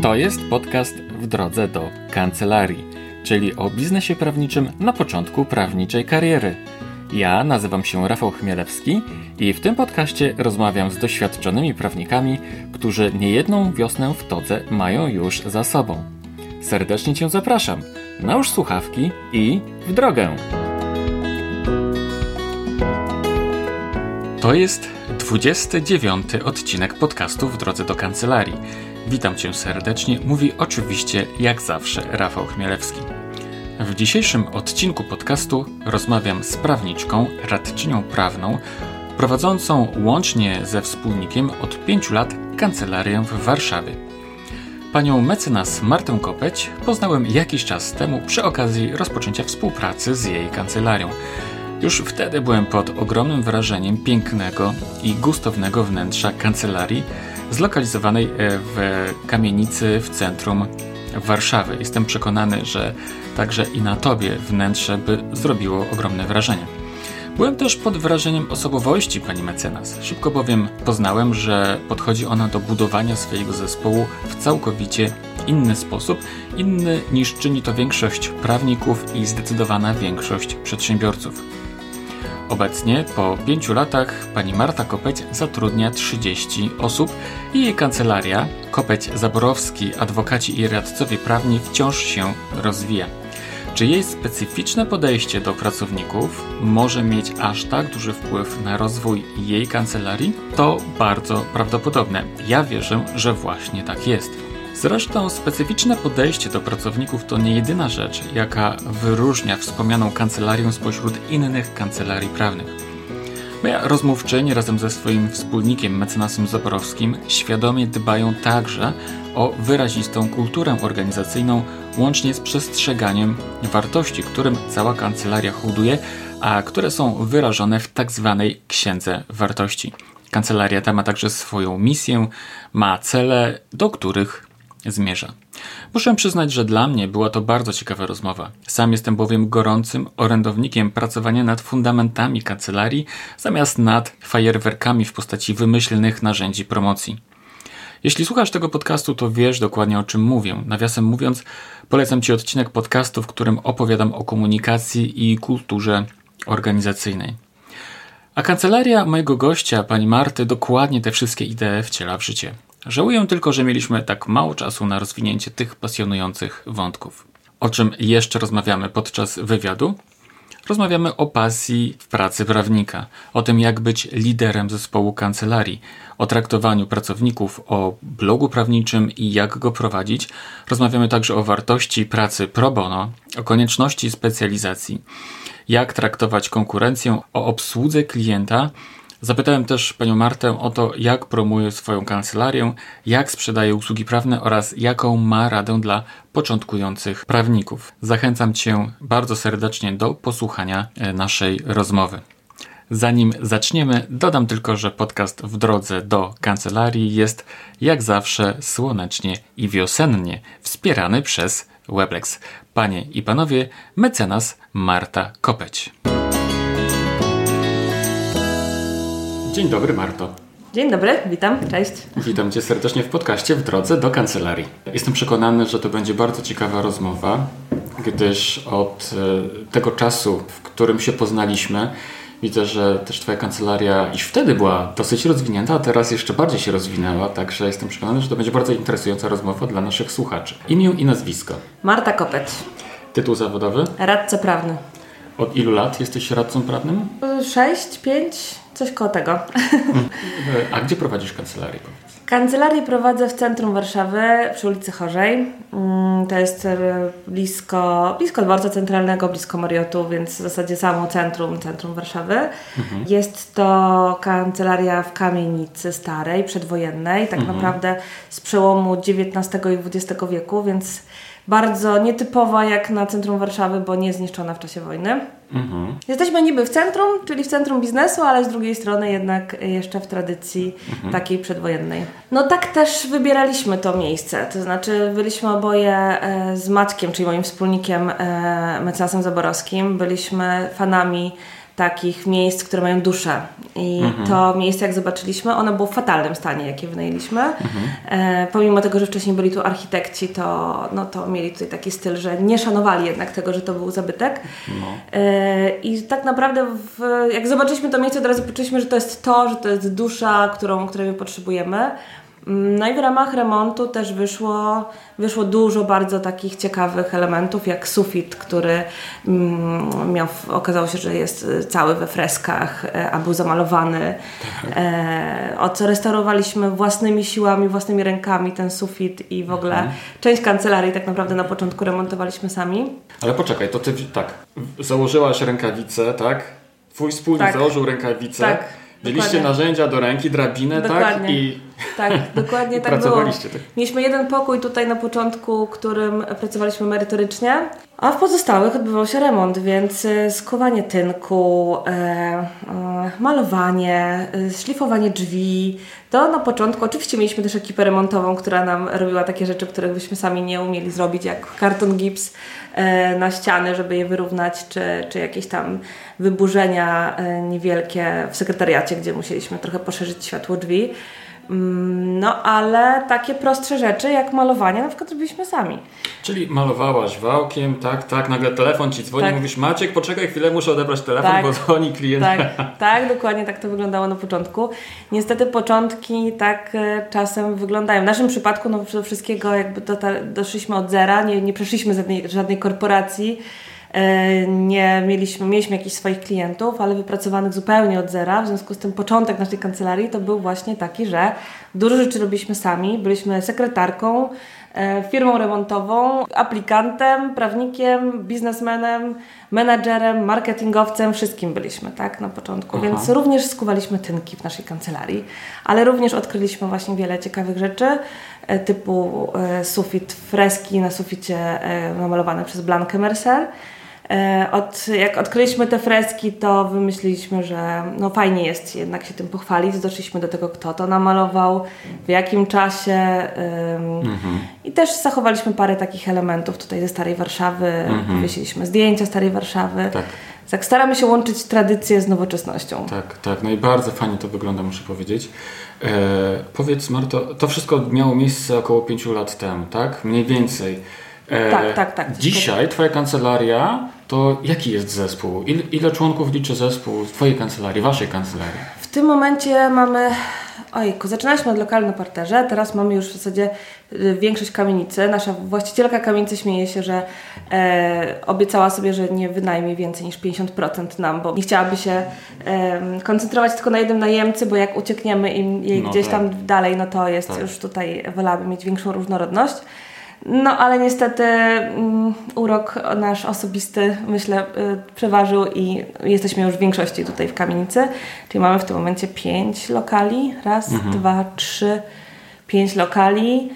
To jest podcast W drodze do kancelarii, czyli o biznesie prawniczym na początku prawniczej kariery. Ja nazywam się Rafał Chmielewski i w tym podcaście rozmawiam z doświadczonymi prawnikami, którzy niejedną wiosnę w todze mają już za sobą. Serdecznie Cię zapraszam, nałóż słuchawki i w drogę! To jest 29. odcinek podcastu W drodze do kancelarii. Witam Cię serdecznie, mówi oczywiście jak zawsze Rafał Chmielewski. W dzisiejszym odcinku podcastu rozmawiam z prawniczką, radczynią prawną, prowadzącą łącznie ze wspólnikiem od 5 lat kancelarię w Warszawie. Panią mecenas Martę Kopeć poznałem jakiś czas temu przy okazji rozpoczęcia współpracy z jej kancelarią. Już wtedy byłem pod ogromnym wrażeniem pięknego i gustownego wnętrza kancelarii zlokalizowanej w kamienicy w centrum Warszawy. Jestem przekonany, że także i na Tobie wnętrze by zrobiło ogromne wrażenie. Byłem też pod wrażeniem osobowości pani mecenas. Szybko bowiem poznałem, że podchodzi ona do budowania swojego zespołu w całkowicie inny sposób, inny niż czyni to większość prawników i zdecydowana większość przedsiębiorców. Obecnie, po 5 latach, pani Marta Kopeć zatrudnia 30 osób i jej kancelaria, Kopeć Zaborowski, adwokaci i radcowie prawni wciąż się rozwija. Czy jej specyficzne podejście do pracowników może mieć aż tak duży wpływ na rozwój jej kancelarii? To bardzo prawdopodobne. Ja wierzę, że właśnie tak jest. Zresztą specyficzne podejście do pracowników to nie jedyna rzecz, jaka wyróżnia wspomnianą kancelarię spośród innych kancelarii prawnych. Moja rozmówczyni razem ze swoim wspólnikiem mecenasem Zaborowskim świadomie dbają także o wyrazistą kulturę organizacyjną, łącznie z przestrzeganiem wartości, którym cała kancelaria hołduje, a które są wyrażone w tzw. księdze wartości. Kancelaria ta ma także swoją misję, ma cele, do których zmierza. Muszę przyznać, że dla mnie była to bardzo ciekawa rozmowa. Sam jestem bowiem gorącym orędownikiem pracowania nad fundamentami kancelarii, zamiast nad fajerwerkami w postaci wymyślnych narzędzi promocji. Jeśli słuchasz tego podcastu, to wiesz dokładnie o czym mówię. Nawiasem mówiąc, polecam Ci odcinek podcastu, w którym opowiadam o komunikacji i kulturze organizacyjnej. A kancelaria mojego gościa, pani Marty, dokładnie te wszystkie idee wciela w życie. Żałuję tylko, że mieliśmy tak mało czasu na rozwinięcie tych pasjonujących wątków. O czym jeszcze rozmawiamy podczas wywiadu? Rozmawiamy o pasji w pracy prawnika, o tym jak być liderem zespołu kancelarii, o traktowaniu pracowników, o blogu prawniczym i jak go prowadzić. Rozmawiamy także o wartości pracy pro bono, o konieczności specjalizacji, jak traktować konkurencję, o obsłudze klienta. Zapytałem też panią Martę o to, jak promuje swoją kancelarię, jak sprzedaje usługi prawne oraz jaką ma radę dla początkujących prawników. Zachęcam Cię bardzo serdecznie do posłuchania naszej rozmowy. Zanim zaczniemy, dodam tylko, że podcast W drodze do kancelarii jest jak zawsze słonecznie i wiosennie wspierany przez Weblex. Panie i panowie, mecenas Marta Kopeć. Dzień dobry, Marto. Dzień dobry, witam, cześć. Witam Cię serdecznie w podcaście W drodze do kancelarii. Jestem przekonany, że to będzie bardzo ciekawa rozmowa, gdyż od tego czasu, w którym się poznaliśmy, widzę, że też Twoja kancelaria już wtedy była dosyć rozwinięta, a teraz jeszcze bardziej się rozwinęła, także jestem przekonany, że to będzie bardzo interesująca rozmowa dla naszych słuchaczy. Imię i nazwisko? Marta Kopeć. Tytuł zawodowy? Radca prawny. Od ilu lat jesteś radcą prawnym? 6, 5, coś koło tego. A gdzie prowadzisz kancelarię? Kancelarię prowadzę w centrum Warszawy, przy ulicy Chorzej. To jest blisko dworca centralnego, blisko Mariotu, więc w zasadzie samo centrum Warszawy. Jest to kancelaria w kamienicy starej, przedwojennej, tak naprawdę z przełomu XIX i XX wieku, więc bardzo nietypowa jak na centrum Warszawy, bo nie zniszczona w czasie wojny. Jesteśmy niby w centrum, czyli w centrum biznesu, ale z drugiej strony jednak jeszcze w tradycji takiej przedwojennej. No tak też wybieraliśmy to miejsce, to znaczy byliśmy oboje z Maćkiem, czyli moim wspólnikiem mecenasem Zaborowskim, byliśmy fanami takich miejsc, które mają duszę. I to miejsce, jak zobaczyliśmy, ono było w fatalnym stanie, jakie wynajęliśmy. Pomimo tego, że wcześniej byli tu architekci, to mieli tutaj taki styl, że nie szanowali jednak tego, że to był zabytek. I tak naprawdę jak zobaczyliśmy to miejsce, od razu poczuliśmy, że to jest dusza, której my potrzebujemy. No i w ramach remontu też wyszło dużo bardzo takich ciekawych elementów, jak sufit, który okazało się, że jest cały we freskach, a był zamalowany. Odrestaurowaliśmy własnymi siłami, własnymi rękami ten sufit i w ogóle część kancelarii tak naprawdę na początku remontowaliśmy sami. Ale poczekaj, to ty tak, założyłaś rękawice, tak? Twój wspólnik założył rękawice. Tak. Mieliście Dokładnie. narzędzia do ręki, drabinę, dokładnie. tak? Dokładnie tak było. Mieliśmy jeden pokój tutaj na początku, którym pracowaliśmy merytorycznie, a w pozostałych odbywał się remont, więc skuwanie tynku, malowanie, szlifowanie drzwi. To na początku oczywiście mieliśmy też ekipę remontową, która nam robiła takie rzeczy, których byśmy sami nie umieli zrobić, jak karton gips na ściany, żeby je wyrównać, czy jakieś tam wyburzenia niewielkie w sekretariacie, gdzie musieliśmy trochę poszerzyć światło drzwi. No ale takie prostsze rzeczy jak malowanie na przykład robiliśmy sami. Czyli malowałaś wałkiem, tak, nagle telefon ci dzwoni, mówisz: Maciek, poczekaj chwilę, muszę odebrać telefon, bo dzwoni klient. Tak, dokładnie tak to wyglądało na początku. Niestety początki tak czasem wyglądają. W naszym przypadku do wszystkiego jakby doszliśmy od zera, nie przeszliśmy z żadnej korporacji. Mieliśmy jakichś swoich klientów, ale wypracowanych zupełnie od zera. W związku z tym początek naszej kancelarii to był właśnie taki, że dużo rzeczy robiliśmy sami. Byliśmy sekretarką, firmą remontową, aplikantem, prawnikiem, biznesmenem, menadżerem, marketingowcem, wszystkim byliśmy, tak, na początku. Więc również skuwaliśmy tynki w naszej kancelarii, ale również odkryliśmy właśnie wiele ciekawych rzeczy, typu sufit, freski na suficie namalowane przez Blankę Mercer. Jak odkryliśmy te freski, to wymyśliliśmy, że fajnie jest jednak się tym pochwalić. Doszliśmy do tego, kto to namalował, w jakim czasie. I też zachowaliśmy parę takich elementów tutaj ze Starej Warszawy. Powiesiliśmy zdjęcia Starej Warszawy. Tak, staramy się łączyć tradycję z nowoczesnością. Tak. No i bardzo fajnie to wygląda, muszę powiedzieć. Powiedz, Marto, to wszystko miało miejsce około 5 lat temu, tak? Mniej więcej. Tak. Dzisiaj Twoja kancelaria, to jaki jest zespół? Ile członków liczy zespół w Twojej kancelarii, Waszej kancelarii? W tym momencie mamy... zaczynaliśmy od lokalu na parterze, teraz mamy już w zasadzie większość kamienicy. Nasza właścicielka kamienicy śmieje się, że obiecała sobie, że nie wynajmie więcej niż 50% nam, bo nie chciałaby się koncentrować tylko na jednym najemcy, bo jak uciekniemy jej gdzieś tam dalej, to jest już tutaj, wolałaby mieć większą różnorodność. No ale niestety urok nasz osobisty, myślę, przeważył i jesteśmy już w większości tutaj w kamienicy. Czyli mamy w tym momencie 5 lokali. 2, 3, 5 lokali.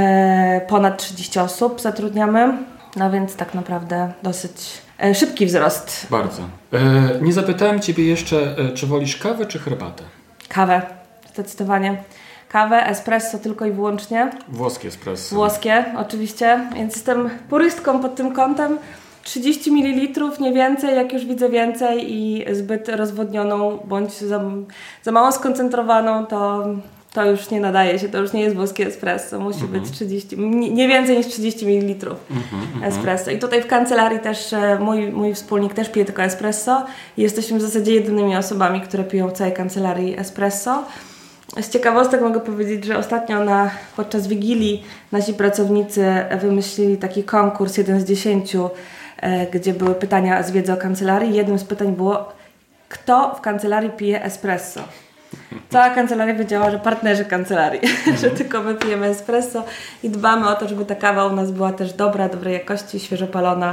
Ponad 30 osób zatrudniamy. No więc tak naprawdę dosyć szybki wzrost. Bardzo. Nie zapytałem Ciebie jeszcze, czy wolisz kawę czy herbatę? Kawę, zdecydowanie. Kawę, espresso tylko i wyłącznie. Włoskie espresso. Włoskie, oczywiście. Więc jestem purystką pod tym kątem. 30 ml, nie więcej. Jak już widzę więcej i zbyt rozwodnioną bądź za mało skoncentrowaną, to już nie nadaje się. To już nie jest włoskie espresso. Musi być nie więcej niż 30 ml espresso. I tutaj w kancelarii też mój wspólnik też pije tylko espresso. I jesteśmy w zasadzie jedynymi osobami, które piją w całej kancelarii espresso. Z ciekawostek mogę powiedzieć, że ostatnio podczas Wigilii nasi pracownicy wymyślili taki konkurs 1 z 10, gdzie były pytania z wiedzy o kancelarii. Jednym z pytań było, kto w kancelarii pije espresso? Cała kancelaria wiedziała, że partnerzy kancelarii, że tylko my pijemy espresso i dbamy o to, żeby ta kawa u nas była też dobrej jakości, świeżo palona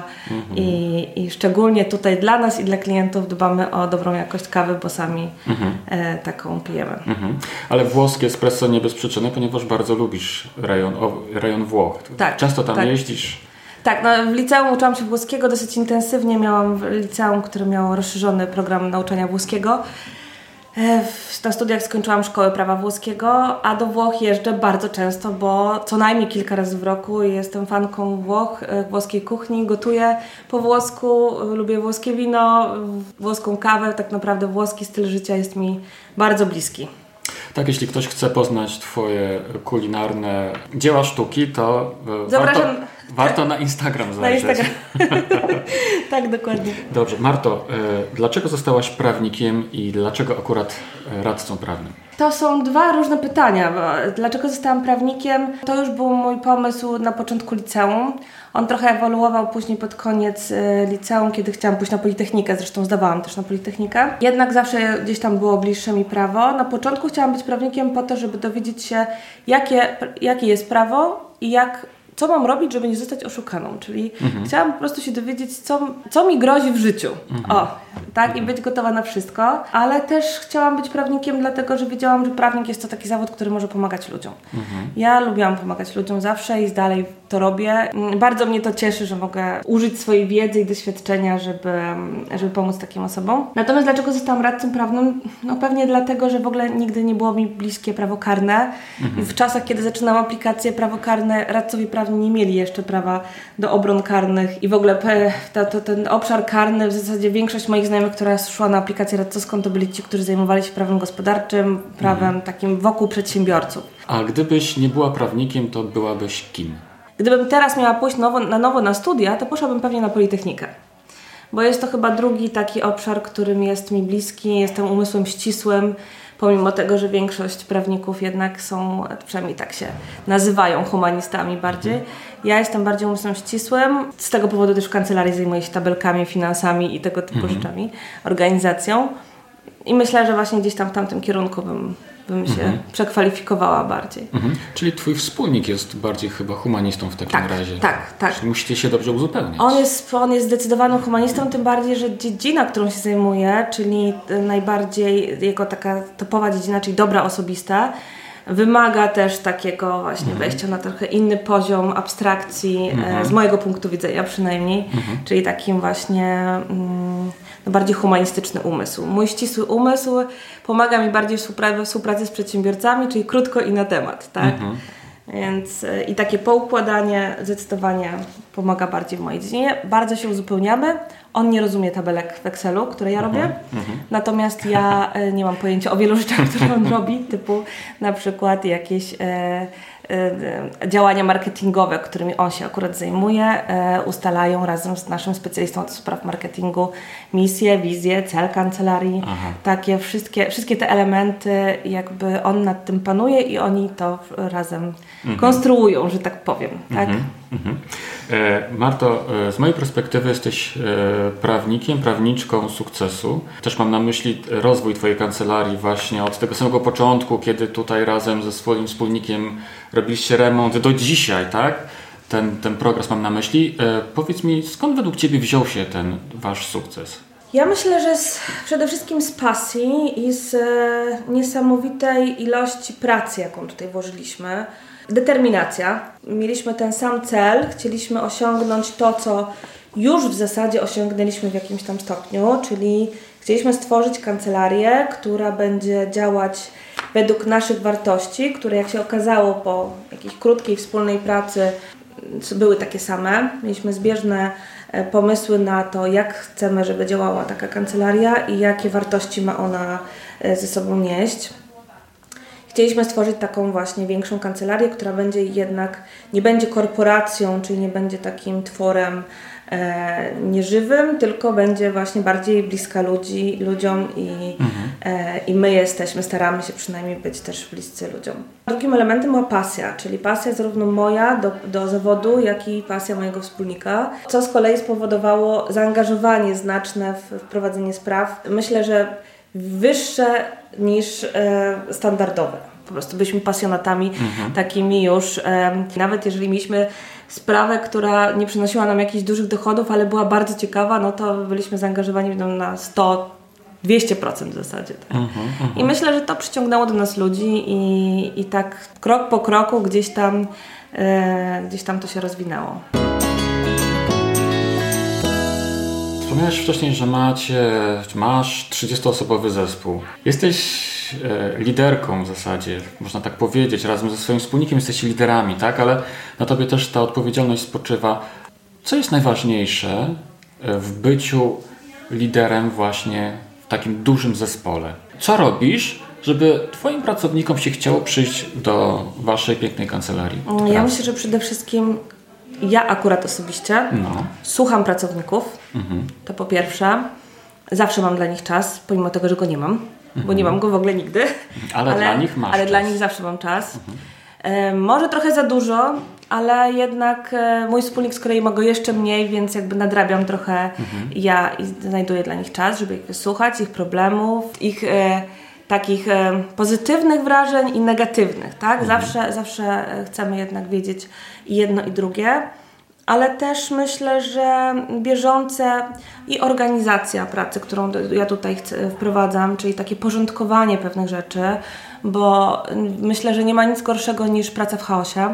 i szczególnie tutaj dla nas i dla klientów dbamy o dobrą jakość kawy, bo sami taką pijemy. Ale włoskie espresso nie bez przyczyny, ponieważ bardzo lubisz rejon Włoch. Tak, często tam jeździsz. Tak, w liceum uczyłam się włoskiego dosyć intensywnie. Miałam liceum, które miało rozszerzony program nauczania włoskiego. Na studiach skończyłam szkołę prawa włoskiego, a do Włoch jeżdżę bardzo często, bo co najmniej kilka razy w roku jestem fanką Włoch, włoskiej kuchni, gotuję po włosku, lubię włoskie wino, włoską kawę, tak naprawdę włoski styl życia jest mi bardzo bliski. Tak, jeśli ktoś chce poznać Twoje kulinarne dzieła sztuki, to warto na Instagram zajrzeć. Na Instagram. Tak, dokładnie. Dobrze. Marto, dlaczego zostałaś prawnikiem i dlaczego akurat radcą prawnym? To są dwa różne pytania. Dlaczego zostałam prawnikiem? To już był mój pomysł na początku liceum. On trochę ewoluował później pod koniec liceum, kiedy chciałam pójść na Politechnikę. Zresztą zdawałam też na Politechnikę. Jednak zawsze gdzieś tam było bliższe mi prawo. Na początku chciałam być prawnikiem po to, żeby dowiedzieć się, jakie jest prawo i co mam robić, żeby nie zostać oszukaną. Czyli chciałam po prostu się dowiedzieć, co mi grozi w życiu. I być gotowa na wszystko. Ale też chciałam być prawnikiem, dlatego że wiedziałam, że prawnik jest to taki zawód, który może pomagać ludziom. Ja lubiłam pomagać ludziom zawsze i dalej to robię. Bardzo mnie to cieszy, że mogę użyć swojej wiedzy i doświadczenia, żeby pomóc takim osobom. Natomiast dlaczego zostałam radcą prawnym? No pewnie dlatego, że w ogóle nigdy nie było mi bliskie prawo karne. W czasach, kiedy zaczynałam aplikację prawo karne, radcowie prawni nie mieli jeszcze prawa do obron karnych i w ogóle ten obszar karny, w zasadzie większość moich znajomych, która szła na aplikację radcowską, to byli ci, którzy zajmowali się prawem gospodarczym, prawem takim wokół przedsiębiorców. A gdybyś nie była prawnikiem, to byłabyś kim? Gdybym teraz miała pójść na nowo na studia, to poszłabym pewnie na Politechnikę. Bo jest to chyba drugi taki obszar, którym jest mi bliski, jestem umysłem ścisłym, pomimo tego, że większość prawników jednak są, przynajmniej tak się nazywają, humanistami bardziej. Ja jestem bardziej umysłem ścisłym, z tego powodu też w kancelarii zajmuję się tabelkami, finansami i tego typu rzeczami, organizacją. I myślę, że właśnie gdzieś tam w tamtym kierunku bym się przekwalifikowała bardziej. Czyli twój wspólnik jest bardziej chyba humanistą w takim razie. Tak. Czyli musicie się dobrze uzupełniać. On jest zdecydowanym humanistą, tym bardziej, że dziedzina, którą się zajmuje, czyli najbardziej jego taka topowa dziedzina, czyli dobra osobiste, wymaga też takiego właśnie wejścia na trochę inny poziom abstrakcji, z mojego punktu widzenia przynajmniej, czyli takim właśnie bardziej humanistyczny umysł. Mój ścisły umysł pomaga mi bardziej w współpracy z przedsiębiorcami, czyli krótko i na temat, tak? Więc i takie poukładanie zdecydowanie pomaga bardziej w mojej dziedzinie. Bardzo się uzupełniamy. On nie rozumie tabelek w Excelu, które ja robię. Natomiast ja nie mam pojęcia o wielu rzeczach, które on robi, typu na przykład jakieś działania marketingowe, którymi on się akurat zajmuje, ustalają razem z naszym specjalistą od spraw marketingu misję, wizję, cel kancelarii. Takie wszystkie te elementy, jakby on nad tym panuje i oni to razem konstruują, że tak powiem. Tak? Marto, z mojej perspektywy jesteś prawniczką sukcesu. Też mam na myśli rozwój twojej kancelarii właśnie od tego samego początku, kiedy tutaj razem ze swoim wspólnikiem robiliście remont do dzisiaj, tak? Ten progres mam na myśli. Powiedz mi, skąd według ciebie wziął się ten wasz sukces? Ja myślę, że przede wszystkim z pasji i z niesamowitej ilości pracy, jaką tutaj włożyliśmy. Determinacja. Mieliśmy ten sam cel, chcieliśmy osiągnąć to, co już w zasadzie osiągnęliśmy w jakimś tam stopniu, czyli chcieliśmy stworzyć kancelarię, która będzie działać według naszych wartości, które jak się okazało po jakiejś krótkiej wspólnej pracy były takie same. Mieliśmy zbieżne pomysły na to, jak chcemy, żeby działała taka kancelaria i jakie wartości ma ona ze sobą nieść. Chcieliśmy stworzyć taką właśnie większą kancelarię, która będzie jednak, nie będzie korporacją, czyli nie będzie takim tworem nieżywym, tylko będzie właśnie bardziej bliska ludziom i my staramy się przynajmniej być też bliscy ludziom. Drugim elementem była pasja, czyli pasja zarówno moja do zawodu, jak i pasja mojego wspólnika, co z kolei spowodowało zaangażowanie znaczne w prowadzenie spraw. Myślę, że wyższe niż standardowe. Po prostu byliśmy pasjonatami takimi już. Nawet jeżeli mieliśmy sprawę, która nie przynosiła nam jakichś dużych dochodów, ale była bardzo ciekawa, no to byliśmy zaangażowani na 100-200% w zasadzie. Tak? I myślę, że to przyciągnęło do nas ludzi i tak krok po kroku gdzieś tam to się rozwinęło. Wspomniałeś wcześniej, że masz 30-osobowy zespół. Jesteś liderką w zasadzie, można tak powiedzieć, razem ze swoim wspólnikiem jesteście liderami, tak? Ale na tobie też ta odpowiedzialność spoczywa. Co jest najważniejsze w byciu liderem właśnie w takim dużym zespole? Co robisz, żeby twoim pracownikom się chciało przyjść do waszej pięknej kancelarii? Ja myślę, że przede wszystkim ja akurat osobiście słucham pracowników, to po pierwsze. Zawsze mam dla nich czas, pomimo tego, że go nie mam, bo nie mam go w ogóle nigdy. Ale dla nich masz Ale czas. dla nich zawsze mam czas. Może trochę za dużo, ale jednak mój wspólnik z kolei ma go jeszcze mniej, więc jakby nadrabiam trochę ja i znajduję dla nich czas, żeby ich wysłuchać, ich problemów, ich takich pozytywnych wrażeń i negatywnych, tak? Zawsze chcemy jednak wiedzieć i jedno i drugie. Ale też myślę, że bieżące i organizacja pracy, którą ja tutaj wprowadzam, czyli takie porządkowanie pewnych rzeczy, bo myślę, że nie ma nic gorszego niż praca w chaosie,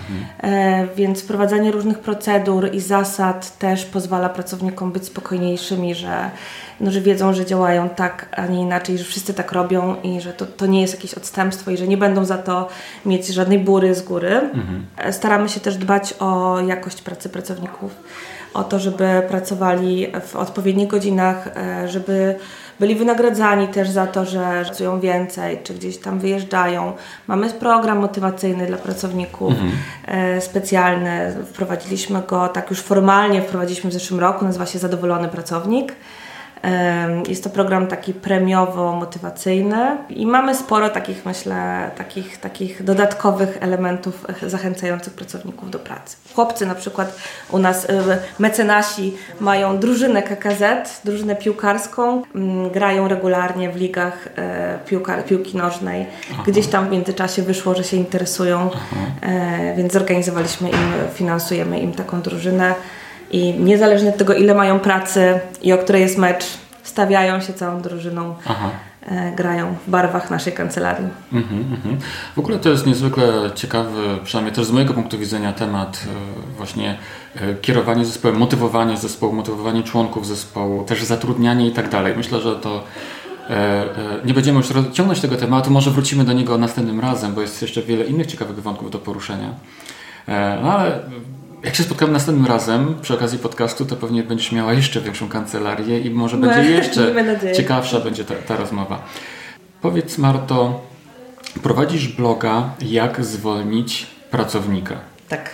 więc wprowadzenie różnych procedur i zasad też pozwala pracownikom być spokojniejszymi, że wiedzą, że działają tak, a nie inaczej, że wszyscy tak robią i że to nie jest jakieś odstępstwo i że nie będą za to mieć żadnej bury z góry. Staramy się też dbać o jakość pracy pracowników, o to, żeby pracowali w odpowiednich godzinach, żeby byli wynagradzani też za to, że pracują więcej, czy gdzieś tam wyjeżdżają. Mamy program motywacyjny dla pracowników, specjalny. Wprowadziliśmy go, tak już formalnie wprowadziliśmy w zeszłym roku, nazywa się Zadowolony Pracownik. Jest to program taki premiowo-motywacyjny i mamy sporo takich, myślę, takich dodatkowych elementów zachęcających pracowników do pracy. Chłopcy na przykład u nas, mecenasi, mają drużynę KKZ, drużynę piłkarską, grają regularnie w ligach piłki nożnej. Gdzieś tam w międzyczasie wyszło, że się interesują, więc zorganizowaliśmy im, finansujemy im taką drużynę. I niezależnie od tego, ile mają pracy i o której jest mecz, stawiają się całą drużyną, grają w barwach naszej kancelarii. W ogóle to jest niezwykle ciekawy, przynajmniej też z mojego punktu widzenia, temat właśnie kierowanie zespołem, motywowanie członków zespołu, też zatrudnianie i tak dalej. Myślę, że to nie będziemy już rozciągnąć tego tematu, może wrócimy do niego następnym razem, bo jest jeszcze wiele innych ciekawych wątków do poruszenia. No ale jak się spotkamy następnym razem przy okazji podcastu, to pewnie będziesz miała jeszcze większą kancelarię i może będzie jeszcze ciekawsza będzie ta rozmowa. Powiedz, Marto, prowadzisz bloga Jak zwolnić pracownika. Tak.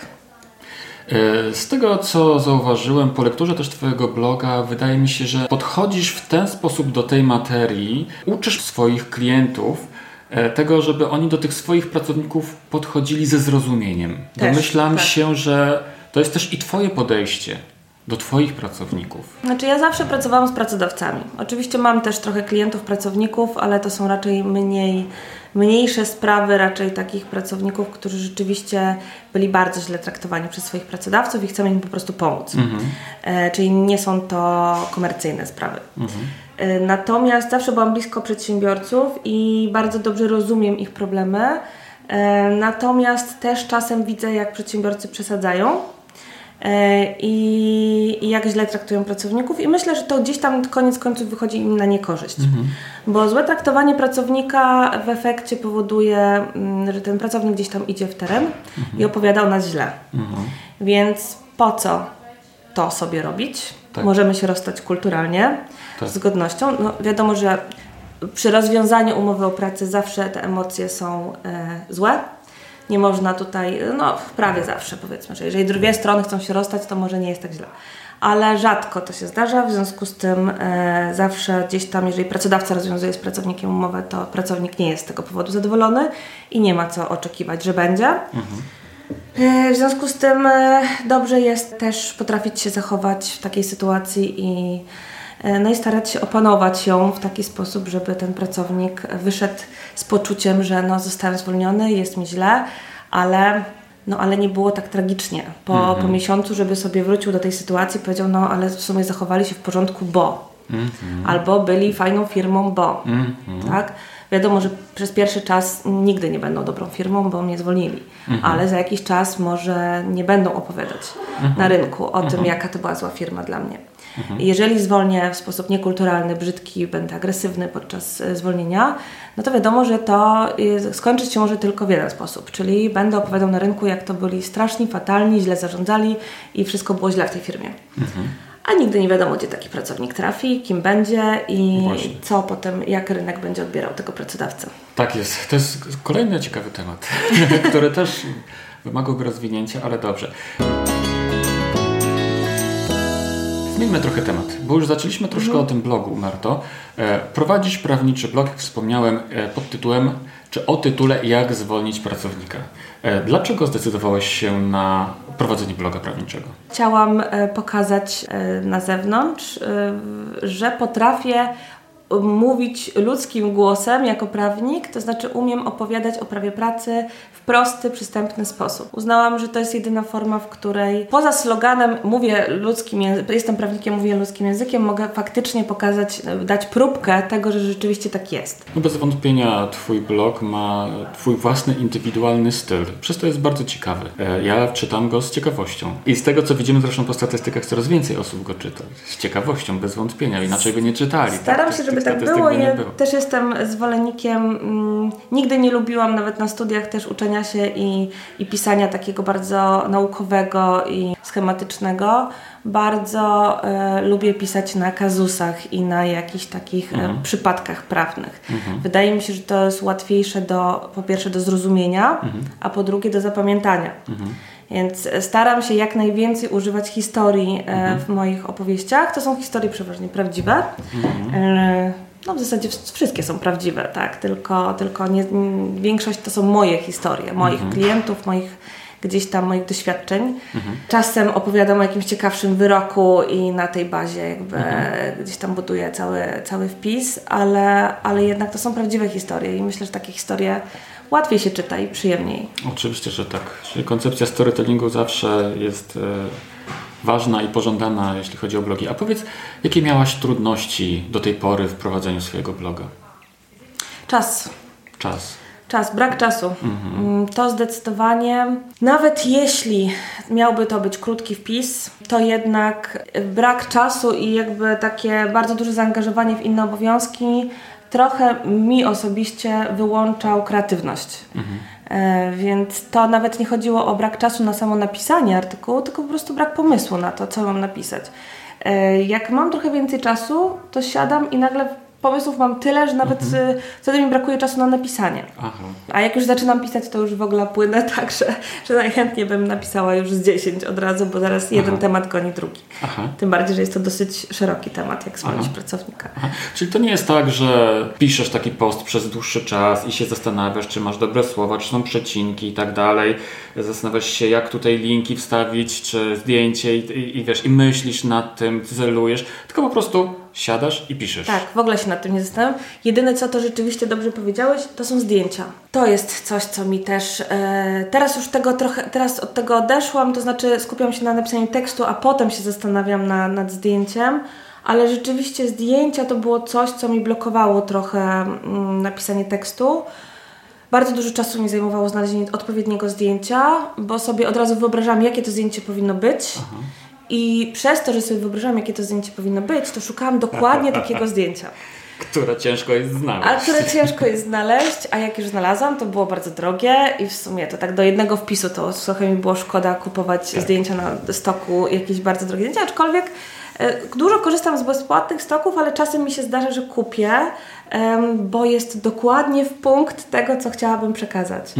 Z tego, co zauważyłem po lekturze też twojego bloga, wydaje mi się, że podchodzisz w ten sposób do tej materii, uczysz swoich klientów tego, żeby oni do tych swoich pracowników podchodzili ze zrozumieniem. Domyślam się, że to jest też i twoje podejście do twoich pracowników. Znaczy ja zawsze pracowałam z pracodawcami. Oczywiście mam też trochę klientów, pracowników, ale to są raczej mniejsze sprawy, raczej takich pracowników, którzy rzeczywiście byli bardzo źle traktowani przez swoich pracodawców i chcemy im po prostu pomóc. Czyli nie są to komercyjne sprawy. Natomiast zawsze byłam blisko przedsiębiorców i bardzo dobrze rozumiem ich problemy. Natomiast też czasem widzę, jak przedsiębiorcy przesadzają i jak źle traktują pracowników i myślę, że to gdzieś tam koniec końców wychodzi im na niekorzyść. Bo złe traktowanie pracownika w efekcie powoduje, że ten pracownik gdzieś tam idzie w teren i opowiada o nas źle. Więc po co to sobie robić? Tak. Możemy się rozstać kulturalnie, z godnością. No, wiadomo, że przy rozwiązaniu umowy o pracę zawsze te emocje są złe. Nie można tutaj, prawie zawsze powiedzmy, że jeżeli dwie strony chcą się rozstać, to może nie jest tak źle. Ale rzadko to się zdarza, w związku z tym zawsze gdzieś tam, jeżeli pracodawca rozwiązuje z pracownikiem umowę, to pracownik nie jest z tego powodu zadowolony i nie ma co oczekiwać, że będzie. W związku z tym dobrze jest też potrafić się zachować w takiej sytuacji i starać się opanować ją w taki sposób, żeby ten pracownik wyszedł z poczuciem, że zostałem zwolniony, jest mi źle, ale nie było tak tragicznie. Po miesiącu, żeby sobie wrócił do tej sytuacji, powiedział, ale w sumie zachowali się w porządku, bo albo byli fajną firmą, bo tak? Wiadomo, że przez pierwszy czas nigdy nie będą dobrą firmą, bo mnie zwolnili, ale za jakiś czas może nie będą opowiadać na rynku o tym, jaka to była zła firma dla mnie. Jeżeli zwolnię w sposób niekulturalny, brzydki, będę agresywny podczas zwolnienia, no to wiadomo, że to skończyć się może tylko w jeden sposób, czyli będę opowiadał na rynku, jak to byli straszni, fatalni, źle zarządzali i wszystko było źle w tej firmie. A nigdy nie wiadomo, gdzie taki pracownik trafi, kim będzie i co potem, jak rynek będzie odbierał tego pracodawcę. Tak jest. To jest kolejny ciekawy temat, który też wymagałby rozwinięcia, ale dobrze. Zmieńmy trochę temat, bo już zaczęliśmy troszkę o tym blogu, Marto. Prowadzisz prawniczy blog, jak wspomniałem, pod tytułem, czy o tytule Jak zwolnić pracownika. Dlaczego zdecydowałeś się na prowadzenie bloga prawniczego? Chciałam pokazać na zewnątrz, że potrafię mówić ludzkim głosem jako prawnik, to znaczy umiem opowiadać o prawie pracy w prosty, przystępny sposób. Uznałam, że to jest jedyna forma, w której poza sloganem mówię ludzkim językiem, jestem prawnikiem, mówię ludzkim językiem, mogę faktycznie pokazać, dać próbkę tego, że rzeczywiście tak jest. No bez wątpienia Twój blog ma Twój własny, indywidualny styl. Przez to jest bardzo ciekawy. Ja czytam go z ciekawością. I z tego, co widzimy zresztą po statystykach, coraz więcej osób go czyta. Z ciekawością, bez wątpienia. Inaczej by nie czytali. Staram się, żeby tak było. Ja też jestem zwolennikiem, nigdy nie lubiłam nawet na studiach też uczenia się i pisania takiego bardzo naukowego i schematycznego. Bardzo lubię pisać na kazusach i na jakichś takich przypadkach prawnych. Wydaje mi się, że to jest łatwiejsze po pierwsze do zrozumienia, a po drugie do zapamiętania. Więc staram się jak najwięcej używać historii w moich opowieściach. To są historie przeważnie prawdziwe. No w zasadzie wszystkie są prawdziwe, tak? Tylko większość to są moje historie, moich klientów, gdzieś tam moich doświadczeń. Czasem opowiadam o jakimś ciekawszym wyroku i na tej bazie jakby gdzieś tam buduję cały wpis, ale jednak to są prawdziwe historie i myślę, że takie historie łatwiej się czyta i przyjemniej. Oczywiście, że tak. Czyli koncepcja storytellingu zawsze jest ważna i pożądana, jeśli chodzi o blogi. A powiedz, jakie miałaś trudności do tej pory w prowadzeniu swojego bloga? Czas, brak czasu. To zdecydowanie, nawet jeśli miałby to być krótki wpis, to jednak brak czasu i jakby takie bardzo duże zaangażowanie w inne obowiązki trochę mi osobiście wyłączał kreatywność. Więc to nawet nie chodziło o brak czasu na samo napisanie artykułu, tylko po prostu brak pomysłu na to, co mam napisać. Jak mam trochę więcej czasu, to siadam i nagle pomysłów mam tyle, że nawet wtedy mi brakuje czasu na napisanie. A jak już zaczynam pisać, to już w ogóle płynę tak, że najchętniej bym napisała już z 10 od razu, bo zaraz jeden temat goni drugi. Tym bardziej, że jest to dosyć szeroki temat, jak zwolnić pracownika. Czyli to nie jest tak, że piszesz taki post przez dłuższy czas i się zastanawiasz, czy masz dobre słowa, czy są przecinki i tak dalej. Zastanawiasz się, jak tutaj linki wstawić, czy zdjęcie i wiesz, i myślisz nad tym, celujesz, tylko po prostu siadasz i piszesz. Tak, w ogóle się nad tym nie zastanawiam. Jedyne co to rzeczywiście dobrze powiedziałeś, to są zdjęcia. To jest coś, co mi też... teraz od tego odeszłam, to znaczy skupiam się na napisaniu tekstu, a potem się zastanawiam nad zdjęciem, ale rzeczywiście zdjęcia to było coś, co mi blokowało trochę napisanie tekstu. Bardzo dużo czasu mi zajmowało znalezienie odpowiedniego zdjęcia, bo sobie od razu wyobrażałam, jakie to zdjęcie powinno być. I przez to, że sobie wyobrażałam, jakie to zdjęcie powinno być, to szukałam dokładnie takiego zdjęcia. Które ciężko jest znaleźć. A jak już znalazłam, to było bardzo drogie i w sumie to tak do jednego wpisu to trochę mi było szkoda kupować zdjęcia na stoku, jakieś bardzo drogie zdjęcia, aczkolwiek dużo korzystam z bezpłatnych stoków, ale czasem mi się zdarza, że kupię, bo jest dokładnie w punkt tego, co chciałabym przekazać.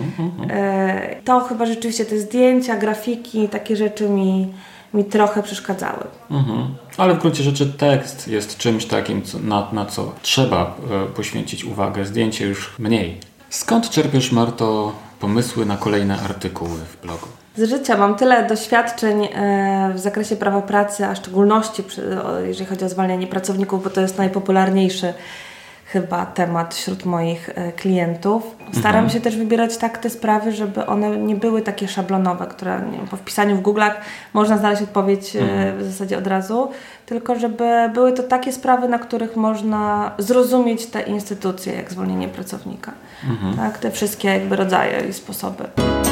To chyba rzeczywiście te zdjęcia, grafiki, takie rzeczy mi trochę przeszkadzały. Ale w gruncie rzeczy tekst jest czymś takim, na co trzeba poświęcić uwagę, zdjęcie już mniej. Skąd czerpiesz, Marto, pomysły na kolejne artykuły w blogu? Z życia mam tyle doświadczeń w zakresie prawa pracy, a w szczególności jeżeli chodzi o zwalnianie pracowników, bo to jest najpopularniejszy chyba temat wśród moich klientów. Staram się też wybierać tak te sprawy, żeby one nie były takie szablonowe, które nie wiem, po wpisaniu w Google'ach można znaleźć odpowiedź w zasadzie od razu, tylko żeby były to takie sprawy, na których można zrozumieć te instytucje, jak zwolnienie pracownika. Tak? Te wszystkie jakby rodzaje i sposoby.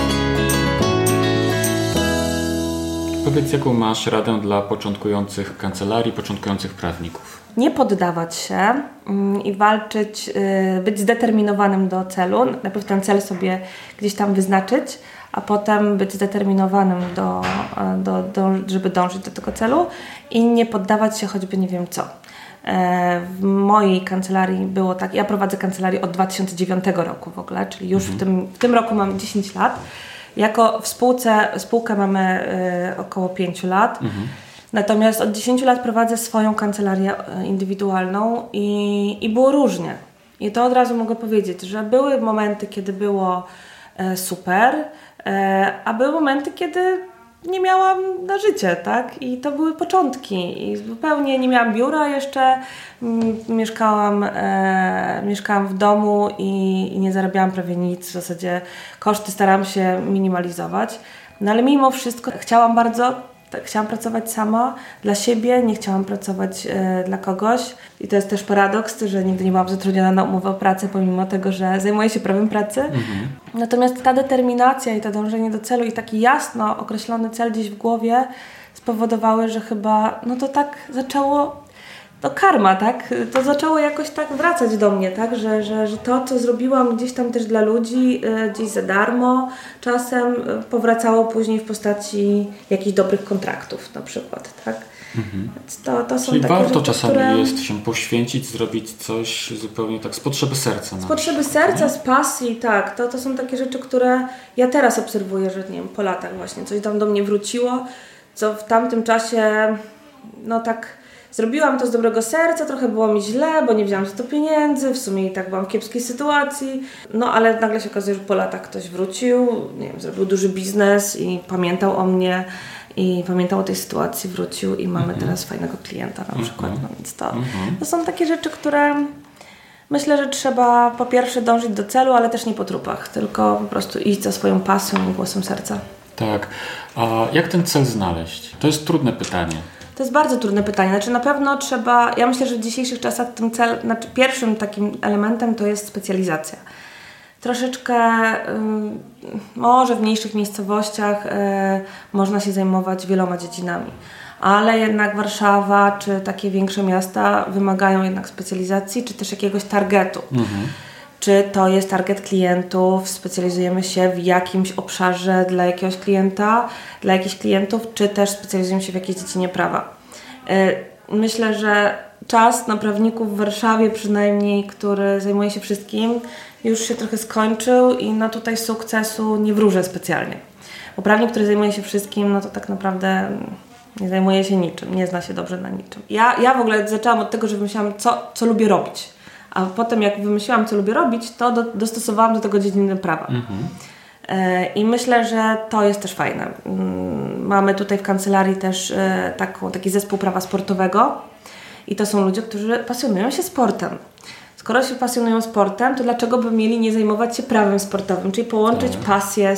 Powiedz, jaką masz radę dla początkujących kancelarii, początkujących prawników? Nie poddawać się i walczyć, być zdeterminowanym do celu. Najpierw ten cel sobie gdzieś tam wyznaczyć, a potem być zdeterminowanym żeby dążyć do tego celu i nie poddawać się choćby nie wiem co. W mojej kancelarii było tak, ja prowadzę kancelarię od 2009 roku w ogóle, czyli już w tym roku mam 10 lat. Jako spółkę mamy około 5 lat. Natomiast od 10 lat prowadzę swoją kancelarię indywidualną i było różnie. I to od razu mogę powiedzieć, że były momenty, kiedy było super, a były momenty, kiedy nie miałam na życie, tak? I to były początki. I zupełnie nie miałam biura jeszcze, mieszkałam w domu i nie zarabiałam prawie nic. W zasadzie koszty starałam się minimalizować. No ale mimo wszystko chciałam pracować sama dla siebie, nie chciałam pracować dla kogoś. I to jest też paradoks, że nigdy nie byłam zatrudniona na umowę o pracę, pomimo tego, że zajmuję się prawem pracy. Natomiast ta determinacja i to dążenie do celu i taki jasno określony cel gdzieś w głowie spowodowały, że chyba to tak zaczęło, to karma, tak? To zaczęło jakoś tak wracać do mnie, tak? Że to, co zrobiłam gdzieś tam też dla ludzi, gdzieś za darmo, czasem powracało później w postaci jakichś dobrych kontraktów na przykład, tak? Więc to są czyli takie warto rzeczy, czasami jest się poświęcić, zrobić coś zupełnie tak z potrzeby serca. Z potrzeby serca, z pasji, tak. To są takie rzeczy, które ja teraz obserwuję, że nie wiem, po latach właśnie coś tam do mnie wróciło, co w tamtym czasie tak zrobiłam to z dobrego serca, trochę było mi źle, bo nie wzięłam za to pieniędzy, w sumie i tak byłam w kiepskiej sytuacji, ale nagle się okazuje, że po latach ktoś wrócił, nie wiem, zrobił duży biznes i pamiętał o mnie i pamiętał o tej sytuacji, wrócił i mamy teraz fajnego klienta na przykład. Więc to są takie rzeczy, które myślę, że trzeba po pierwsze dążyć do celu, ale też nie po trupach, tylko po prostu iść za swoją pasją i głosem serca. Tak. A jak ten cel znaleźć? To jest trudne pytanie. To jest bardzo trudne pytanie. Znaczy na pewno trzeba, ja myślę, że w dzisiejszych czasach pierwszym takim elementem to jest specjalizacja. Troszeczkę, może w mniejszych miejscowościach można się zajmować wieloma dziedzinami, ale jednak Warszawa czy takie większe miasta wymagają jednak specjalizacji, czy też jakiegoś targetu. Czy to jest target klientów, specjalizujemy się w jakimś obszarze dla jakiegoś klienta, dla jakichś klientów, czy też specjalizujemy się w jakiejś dziedzinie prawa. Myślę, że czas na prawników w Warszawie przynajmniej, który zajmuje się wszystkim, już się trochę skończył i tutaj sukcesu nie wróżę specjalnie. Bo prawnik, który zajmuje się wszystkim, to tak naprawdę nie zajmuje się niczym, nie zna się dobrze na niczym. Ja w ogóle zaczęłam od tego, że wymyślałam, co lubię robić. A potem jak wymyśliłam, co lubię robić, to dostosowałam do tego dziedziny prawa. I myślę, że to jest też fajne. Mamy tutaj w kancelarii też taki zespół prawa sportowego i to są ludzie, którzy pasjonują się sportem. Skoro się pasjonują sportem, to dlaczego by mieli nie zajmować się prawem sportowym, czyli połączyć pasję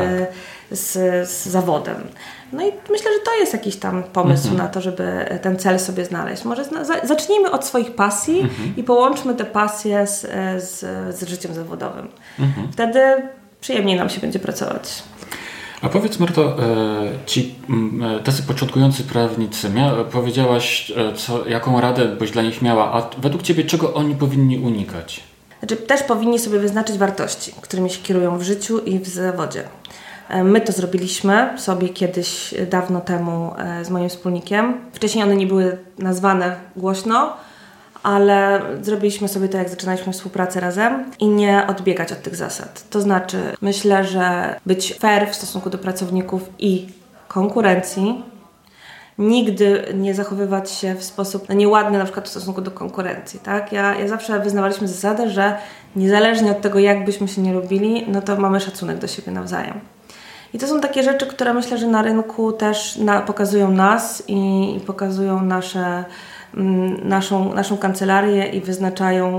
z zawodem. No i myślę, że to jest jakiś tam pomysł na to, żeby ten cel sobie znaleźć. Może zacznijmy od swoich pasji i połączmy te pasje z życiem zawodowym. Wtedy przyjemniej nam się będzie pracować. A powiedz, Marto, ci tacy początkujący prawnicy, powiedziałaś, jaką radę byś dla nich miała, a według Ciebie czego oni powinni unikać? Znaczy, też powinni sobie wyznaczyć wartości, którymi się kierują w życiu i w zawodzie. My to zrobiliśmy sobie kiedyś, dawno temu z moim wspólnikiem. Wcześniej one nie były nazwane głośno, ale zrobiliśmy sobie to, jak zaczynaliśmy współpracę razem i nie odbiegać od tych zasad. To znaczy, myślę, że być fair w stosunku do pracowników i konkurencji, nigdy nie zachowywać się w sposób nieładny na przykład w stosunku do konkurencji, tak? Ja zawsze wyznawaliśmy zasadę, że niezależnie od tego, jak byśmy się nie lubili, to mamy szacunek do siebie nawzajem. I to są takie rzeczy, które myślę, że na rynku też pokazują nas i pokazują naszą kancelarię i wyznaczają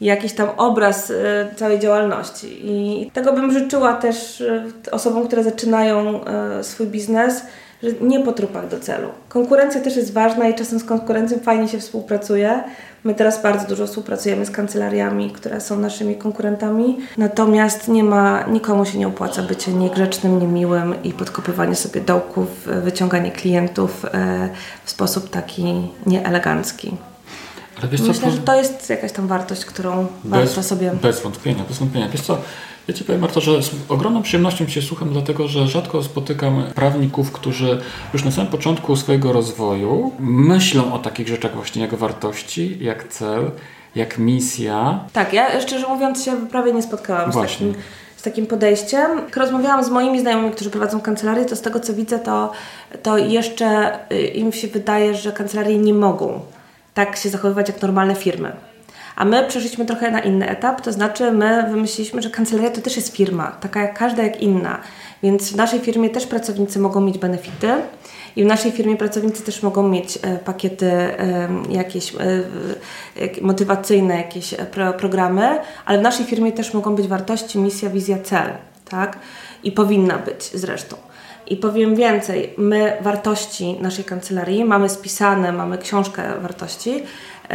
jakiś tam obraz całej działalności. I tego bym życzyła też osobom, które zaczynają swój biznes, że nie po trupach do celu. Konkurencja też jest ważna i czasem z konkurencją fajnie się współpracuje. My teraz bardzo dużo współpracujemy z kancelariami, które są naszymi konkurentami. Natomiast nikomu się nie opłaca bycie niegrzecznym, niemiłym i podkopywanie sobie dołków, wyciąganie klientów w sposób taki nieelegancki. Ale wiesz co, myślę, że to jest jakaś tam wartość, którą warto sobie... Bez wątpienia. Wiesz co, ja Ci powiem, Marto, że z ogromną przyjemnością Cię słucham, dlatego że rzadko spotykam prawników, którzy już na samym początku swojego rozwoju myślą o takich rzeczach właśnie jak wartości, jak cel, jak misja. Tak, ja szczerze mówiąc się prawie nie spotkałam z takim podejściem. Jak rozmawiałam z moimi znajomymi, którzy prowadzą kancelarię, to z tego co widzę, to jeszcze im się wydaje, że kancelarie nie mogą tak się zachowywać jak normalne firmy. A my przeszliśmy trochę na inny etap, to znaczy my wymyśliliśmy, że kancelaria to też jest firma, taka jak każda, jak inna. Więc w naszej firmie też pracownicy mogą mieć benefity i w naszej firmie pracownicy też mogą mieć pakiety jakieś motywacyjne, jakieś programy, ale w naszej firmie też mogą być wartości, misja, wizja, cel, tak? I powinna być zresztą. I powiem więcej, my wartości naszej kancelarii mamy spisane, mamy książkę wartości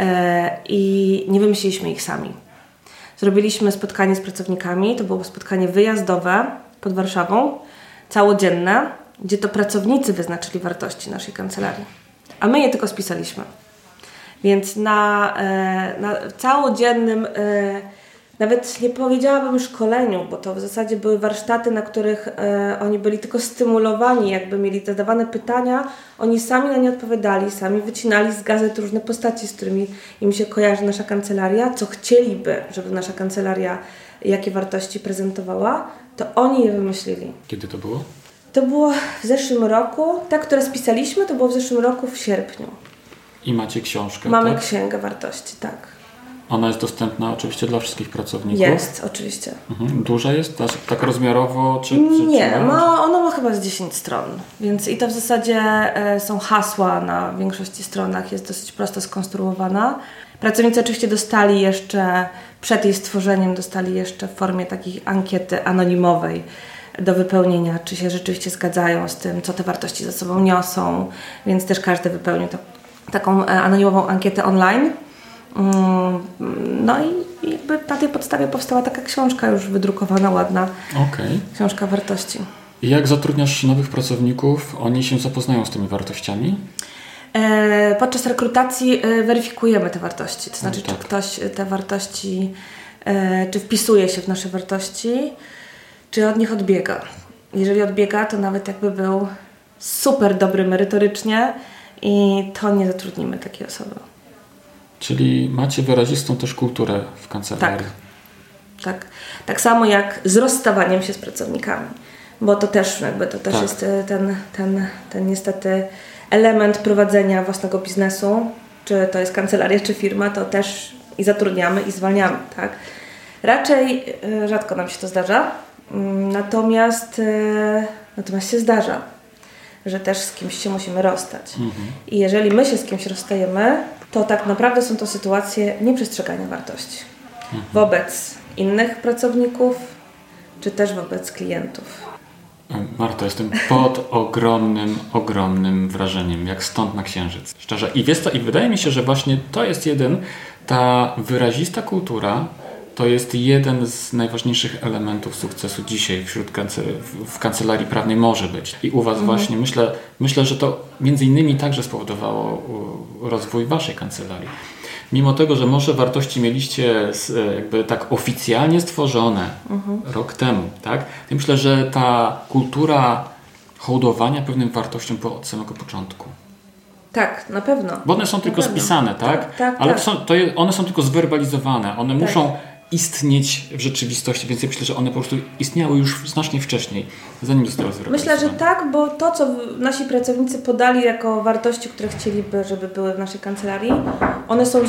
i nie wymyśliliśmy ich sami. Zrobiliśmy spotkanie z pracownikami, to było spotkanie wyjazdowe pod Warszawą, całodzienne, gdzie to pracownicy wyznaczyli wartości naszej kancelarii, a my je tylko spisaliśmy. Więc na całodziennym, nawet nie powiedziałabym szkoleniu, bo to w zasadzie były warsztaty, na których oni byli tylko stymulowani, jakby mieli zadawane pytania, oni sami na nie odpowiadali, sami wycinali z gazet różne postaci, z którymi im się kojarzy nasza kancelaria, co chcieliby, żeby nasza kancelaria jakie wartości prezentowała, to oni je wymyślili. Kiedy to było? To było w zeszłym roku, te, które spisaliśmy, to było w zeszłym roku w sierpniu. I macie książkę, Mamy tak? księgę wartości, tak. Ona jest dostępna oczywiście dla wszystkich pracowników? Jest, oczywiście. Duża jest? Tak rozmiarowo? Nie, ona ma chyba z 10 stron. Więc i to w zasadzie są hasła na większości stronach, jest dosyć prosto skonstruowana. Pracownicy oczywiście dostali jeszcze, przed jej stworzeniem, w formie takiej ankiety anonimowej do wypełnienia, czy się rzeczywiście zgadzają z tym, co te wartości ze sobą niosą. Więc też każdy wypełnił taką anonimową ankietę online. No i jakby na tej podstawie powstała taka książka już wydrukowana, ładna. Okay. Książka wartości. I jak zatrudniasz nowych pracowników, oni się zapoznają z tymi wartościami? Podczas rekrutacji weryfikujemy te wartości. To znaczy, tak. Czy ktoś te wartości, czy wpisuje się w nasze wartości, czy od nich odbiega. Jeżeli odbiega, to nawet jakby był super dobry merytorycznie i to nie zatrudnimy takiej osoby. Jest macie wyrazistą też kulturę w kancelarii. Tak. Tak samo jak z rozstawaniem się z pracownikami. Bo to też jest ten niestety element prowadzenia własnego biznesu. Czy to jest kancelaria, czy firma, to też i zatrudniamy, i zwalniamy. Tak? Raczej rzadko nam się to zdarza. Natomiast się zdarza, że też z kimś się musimy rozstać. I jeżeli my się z kimś rozstajemy, to tak naprawdę są to sytuacje nieprzestrzegania wartości. Wobec innych pracowników, czy też wobec klientów. Marto, jestem pod ogromnym wrażeniem, jak stąd na księżyc. Szczerze. I wiesz co, i wydaje mi się, że właśnie to jest ta wyrazista kultura, to jest jeden z najważniejszych elementów sukcesu dzisiaj w kancelarii prawnej może być. I u Was właśnie myślę, że to między innymi także spowodowało rozwój Waszej kancelarii. Mimo tego, że może wartości mieliście jakby tak oficjalnie stworzone rok temu, tak? Ja myślę, że ta kultura hołdowania pewnym wartościom była od samego początku. Tak, na pewno. Bo one są tylko spisane, tak? Ale one są tylko zwerbalizowane. One muszą istnieć w rzeczywistości, więc ja myślę, że one po prostu istniały już znacznie wcześniej, zanim zostały zwerbalizowane. Myślę, że tak, bo to, co nasi pracownicy podali jako wartości, które chcieliby, żeby były w naszej kancelarii, one są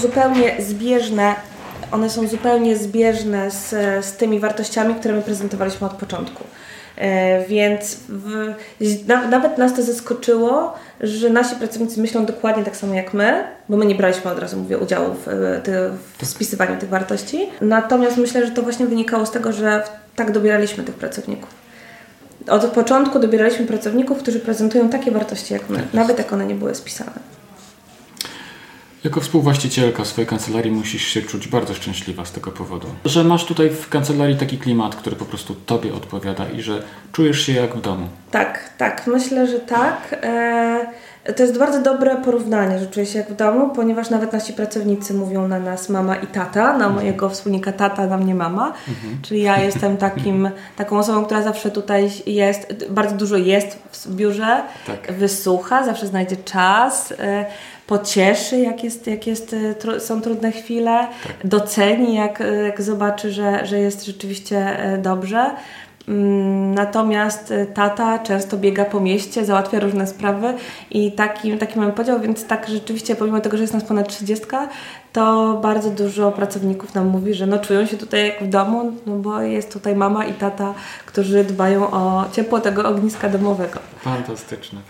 zupełnie zbieżne z tymi wartościami, które my prezentowaliśmy od początku. Więc nawet nas to zaskoczyło, że nasi pracownicy myślą dokładnie tak samo jak my, bo my nie braliśmy od razu, mówię, udziału w spisywaniu tych wartości. Natomiast myślę, że to właśnie wynikało z tego, że tak dobieraliśmy tych pracowników. Od początku dobieraliśmy pracowników, którzy prezentują takie wartości jak my, nawet jak one nie były spisane. Jako współwłaścicielka swojej kancelarii musisz się czuć bardzo szczęśliwa z tego powodu. Że masz tutaj w kancelarii taki klimat, który po prostu Tobie odpowiada i że czujesz się jak w domu. Tak. Myślę, że tak. To jest bardzo dobre porównanie, że czuję się jak w domu, ponieważ nawet nasi pracownicy mówią na nas mama i tata, na mojego wspólnika tata, na mnie mama. Czyli ja jestem taką osobą, która zawsze tutaj jest, bardzo dużo jest w biurze, wysłucha, zawsze znajdzie czas, pocieszy, są trudne chwile, doceni, jak zobaczy, że jest rzeczywiście dobrze. Natomiast tata często biega po mieście, załatwia różne sprawy i taki mamy podział, więc tak rzeczywiście, pomimo tego, że jest nas ponad 30, to bardzo dużo pracowników nam mówi, że czują się tutaj jak w domu, bo jest tutaj mama i tata, którzy dbają o ciepło tego ogniska domowego. Fantastyczne.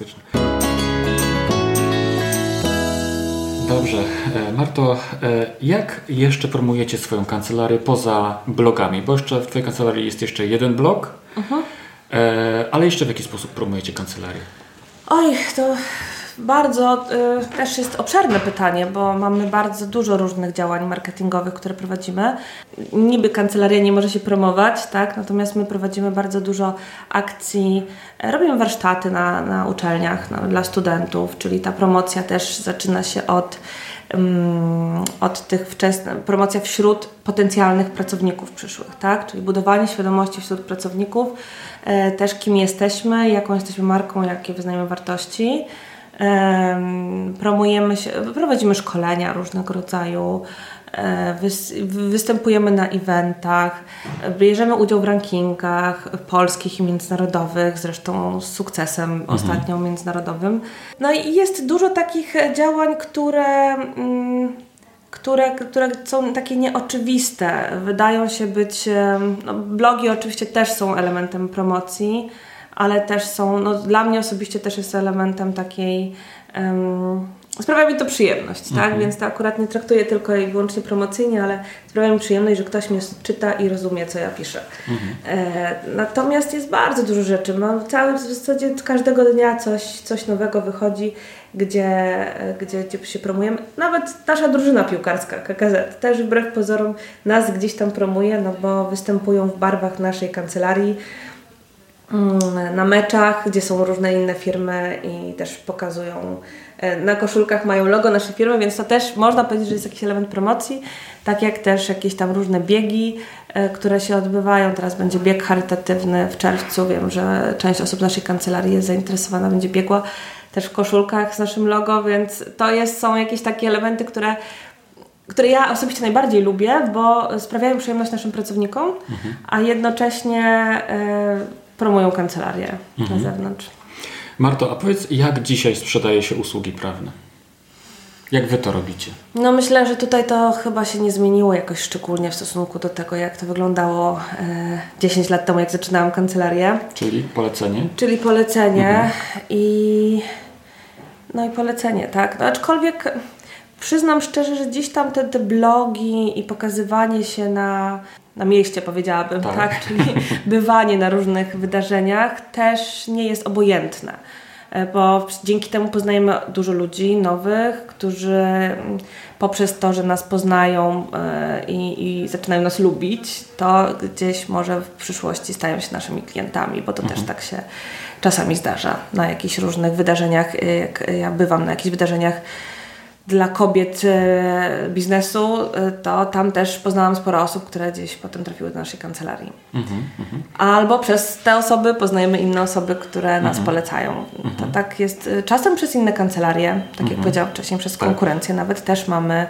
Dobrze. Marto, jak jeszcze promujecie swoją kancelarię poza blogami? Bo jeszcze w Twojej kancelarii jest jeszcze jeden blog, ale jeszcze w jaki sposób promujecie kancelarię? Oj, to bardzo też jest obszerne pytanie, bo mamy bardzo dużo różnych działań marketingowych, które prowadzimy. Niby kancelaria nie może się promować, tak? Natomiast my prowadzimy bardzo dużo akcji, robimy warsztaty na uczelniach dla studentów, czyli ta promocja też zaczyna się od tych promocja wśród potencjalnych pracowników przyszłych, tak? Czyli budowanie świadomości wśród pracowników, też kim jesteśmy, jaką jesteśmy marką, jakie wyznajemy wartości. Promujemy się, prowadzimy szkolenia różnego rodzaju, występujemy na eventach, bierzemy udział w rankingach polskich i międzynarodowych, zresztą z sukcesem ostatnio międzynarodowym. No i jest dużo takich działań, które są takie nieoczywiste. Wydają się być... blogi oczywiście też są elementem promocji, ale też są, dla mnie osobiście też jest elementem takiej, sprawia mi to przyjemność, tak? Więc to akurat nie traktuję tylko i wyłącznie promocyjnie, ale sprawia mi przyjemność, że ktoś mnie czyta i rozumie, co ja piszę. Natomiast jest bardzo dużo rzeczy. W zasadzie każdego dnia coś nowego wychodzi, gdzie się promujemy. Nawet nasza drużyna piłkarska, KKZ, też wbrew pozorom nas gdzieś tam promuje, bo występują w barwach naszej kancelarii, na meczach, gdzie są różne inne firmy i też pokazują, na koszulkach mają logo naszej firmy, więc to też można powiedzieć, że jest jakiś element promocji, tak jak też jakieś tam różne biegi, które się odbywają. Teraz będzie bieg charytatywny w czerwcu. Wiem, że część osób z naszej kancelarii jest zainteresowana, będzie biegła też w koszulkach z naszym logo, więc są jakieś takie elementy, które ja osobiście najbardziej lubię, bo sprawiają przyjemność naszym pracownikom, a jednocześnie promują kancelarię na zewnątrz. Marto, a powiedz, jak dzisiaj sprzedaje się usługi prawne? Jak Wy to robicie? Myślę, że tutaj to chyba się nie zmieniło jakoś szczególnie w stosunku do tego, jak to wyglądało 10 lat temu, jak zaczynałam kancelarię. Czyli polecenie? Czyli polecenie i polecenie, tak. Aczkolwiek przyznam szczerze, że gdzieś tam te blogi i pokazywanie się na mieście, powiedziałabym, tak? Czyli bywanie na różnych wydarzeniach też nie jest obojętne, bo dzięki temu poznajemy dużo ludzi nowych, którzy poprzez to, że nas poznają i zaczynają nas lubić, to gdzieś może w przyszłości stają się naszymi klientami, bo to też tak się czasami zdarza na jakichś różnych wydarzeniach. Jak ja bywam na jakichś wydarzeniach dla kobiet biznesu, to tam też poznałam sporo osób, które gdzieś potem trafiły do naszej kancelarii. Albo przez te osoby poznajemy inne osoby, które nas polecają. To tak jest czasem przez inne kancelarie, tak jak powiedziałam wcześniej, przez konkurencję nawet też mamy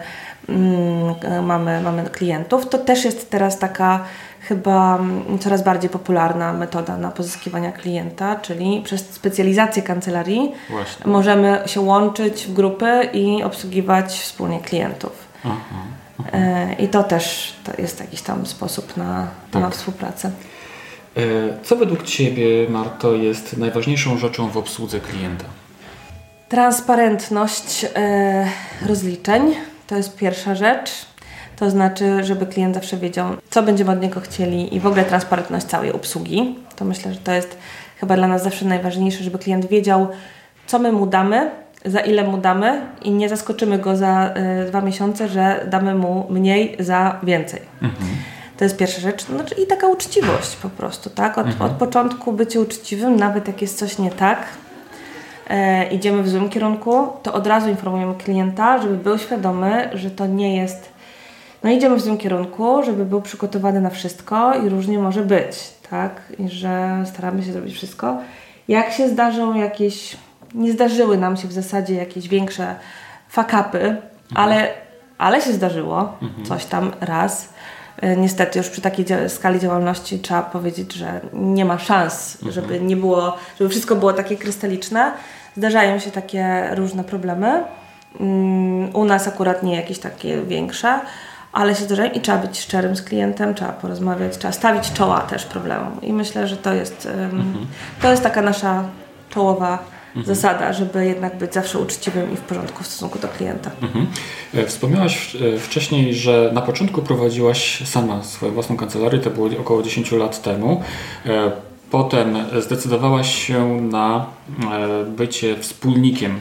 klientów. To też jest teraz taka chyba coraz bardziej popularna metoda na pozyskiwania klienta, czyli przez specjalizację kancelarii możemy się łączyć w grupy i obsługiwać wspólnie klientów. I to też jest jakiś tam sposób na współpracę. Co według Ciebie, Marto, jest najważniejszą rzeczą w obsłudze klienta? Transparentność rozliczeń to jest pierwsza rzecz. To znaczy, żeby klient zawsze wiedział, co będziemy od niego chcieli i w ogóle transparentność całej obsługi. To myślę, że to jest chyba dla nas zawsze najważniejsze, żeby klient wiedział, co my mu damy, za ile mu damy i nie zaskoczymy go za 2 miesiące, że damy mu mniej za więcej. To jest pierwsza rzecz. Znaczy, i taka uczciwość po prostu, tak? Od początku bycie uczciwym, nawet jak jest coś nie tak, idziemy w złym kierunku, to od razu informujemy klienta, żeby był świadomy, że to nie jest... No idziemy w złym kierunku, żeby był przygotowany na wszystko i różnie może być, tak? I że staramy się zrobić wszystko. Jak się zdarzą jakieś... Nie zdarzyły nam się w zasadzie jakieś większe fuck-upy, ale się zdarzyło coś tam raz. Niestety już przy takiej skali działalności trzeba powiedzieć, że nie ma szans, żeby nie było, żeby wszystko było takie krystaliczne. Zdarzają się takie różne problemy. U nas akurat nie jakieś takie większe, ale się zdarzają i trzeba być szczerym z klientem, trzeba porozmawiać, trzeba stawić czoła też problemom. I myślę, że to jest taka nasza czołowa zasada, żeby jednak być zawsze uczciwym i w porządku w stosunku do klienta. Wspomniałaś wcześniej, że na początku prowadziłaś sama swoją własną kancelarię, to było około 10 lat temu. Potem zdecydowałaś się na bycie wspólnikiem.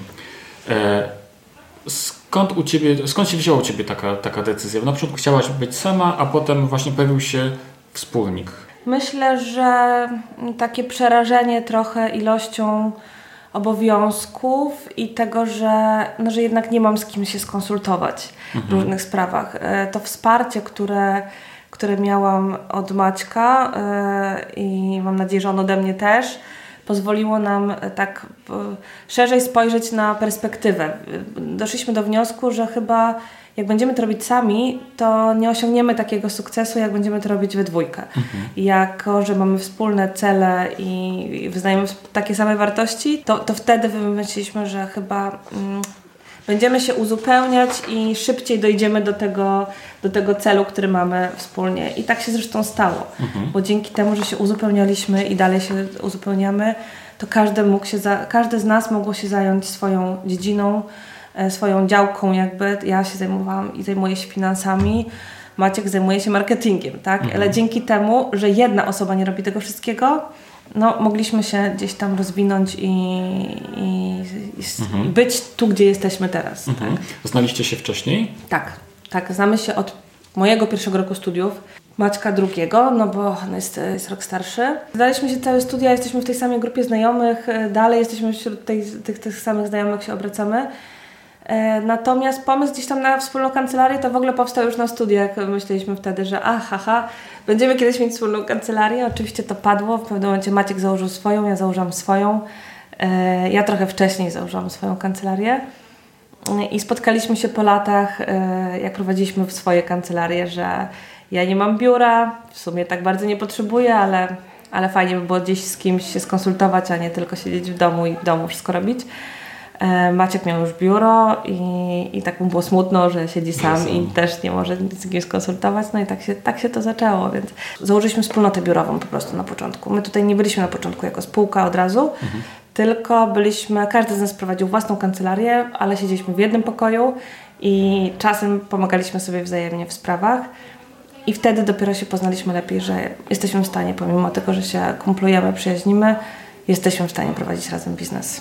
Skąd się wzięła u Ciebie taka decyzja? Na początku chciałaś być sama, a potem właśnie pojawił się wspólnik. Myślę, że takie przerażenie trochę ilością obowiązków i tego, że jednak nie mam z kim się skonsultować w różnych sprawach. To wsparcie, które miałam od Maćka i mam nadzieję, że on ode mnie też, pozwoliło nam tak szerzej spojrzeć na perspektywę. Doszliśmy do wniosku, że chyba jak będziemy to robić sami, to nie osiągniemy takiego sukcesu, jak będziemy to robić we dwójkę. Jako, że mamy wspólne cele i wyznajemy takie same wartości, to wtedy wymyśliliśmy, że chyba będziemy się uzupełniać i szybciej dojdziemy do tego celu, który mamy wspólnie. I tak się zresztą stało, bo dzięki temu, że się uzupełnialiśmy i dalej się uzupełniamy, to każdy z nas mogło się zająć swoją dziedziną, swoją działką jakby. Ja się zajmowałam i zajmuję się finansami, Maciek zajmuje się marketingiem, tak? Ale dzięki temu, że jedna osoba nie robi tego wszystkiego, mogliśmy się gdzieś tam rozwinąć i być tu, gdzie jesteśmy teraz. Tak? Znaliście się wcześniej? Tak. Znamy się od mojego pierwszego roku studiów, Maćka drugiego, bo on jest rok starszy. Zdaliśmy się całe studia, jesteśmy w tej samej grupie znajomych, dalej jesteśmy wśród tych samych znajomych się obracamy. Natomiast pomysł gdzieś tam na wspólną kancelarię to w ogóle powstał już na studiach. Myśleliśmy wtedy, że będziemy kiedyś mieć wspólną kancelarię. Oczywiście to padło. W pewnym momencie Maciek założył swoją, ja założyłam swoją. Ja trochę wcześniej założyłam swoją kancelarię. I spotkaliśmy się po latach, jak prowadziliśmy w swoje kancelarie, że ja nie mam biura, w sumie tak bardzo nie potrzebuję, ale fajnie by było gdzieś z kimś się skonsultować, a nie tylko siedzieć w domu i w domu wszystko robić. Maciek miał już biuro i tak mu było smutno, że siedzi sam i też nie może z kim skonsultować. No i tak się to zaczęło, więc założyliśmy wspólnotę biurową po prostu na początku. My tutaj nie byliśmy na początku jako spółka od razu, tylko każdy z nas prowadził własną kancelarię, ale siedzieliśmy w jednym pokoju i czasem pomagaliśmy sobie wzajemnie w sprawach. I wtedy dopiero się poznaliśmy lepiej, że jesteśmy w stanie, pomimo tego, że się kumplujemy, przyjaźnimy, jesteśmy w stanie prowadzić razem biznes.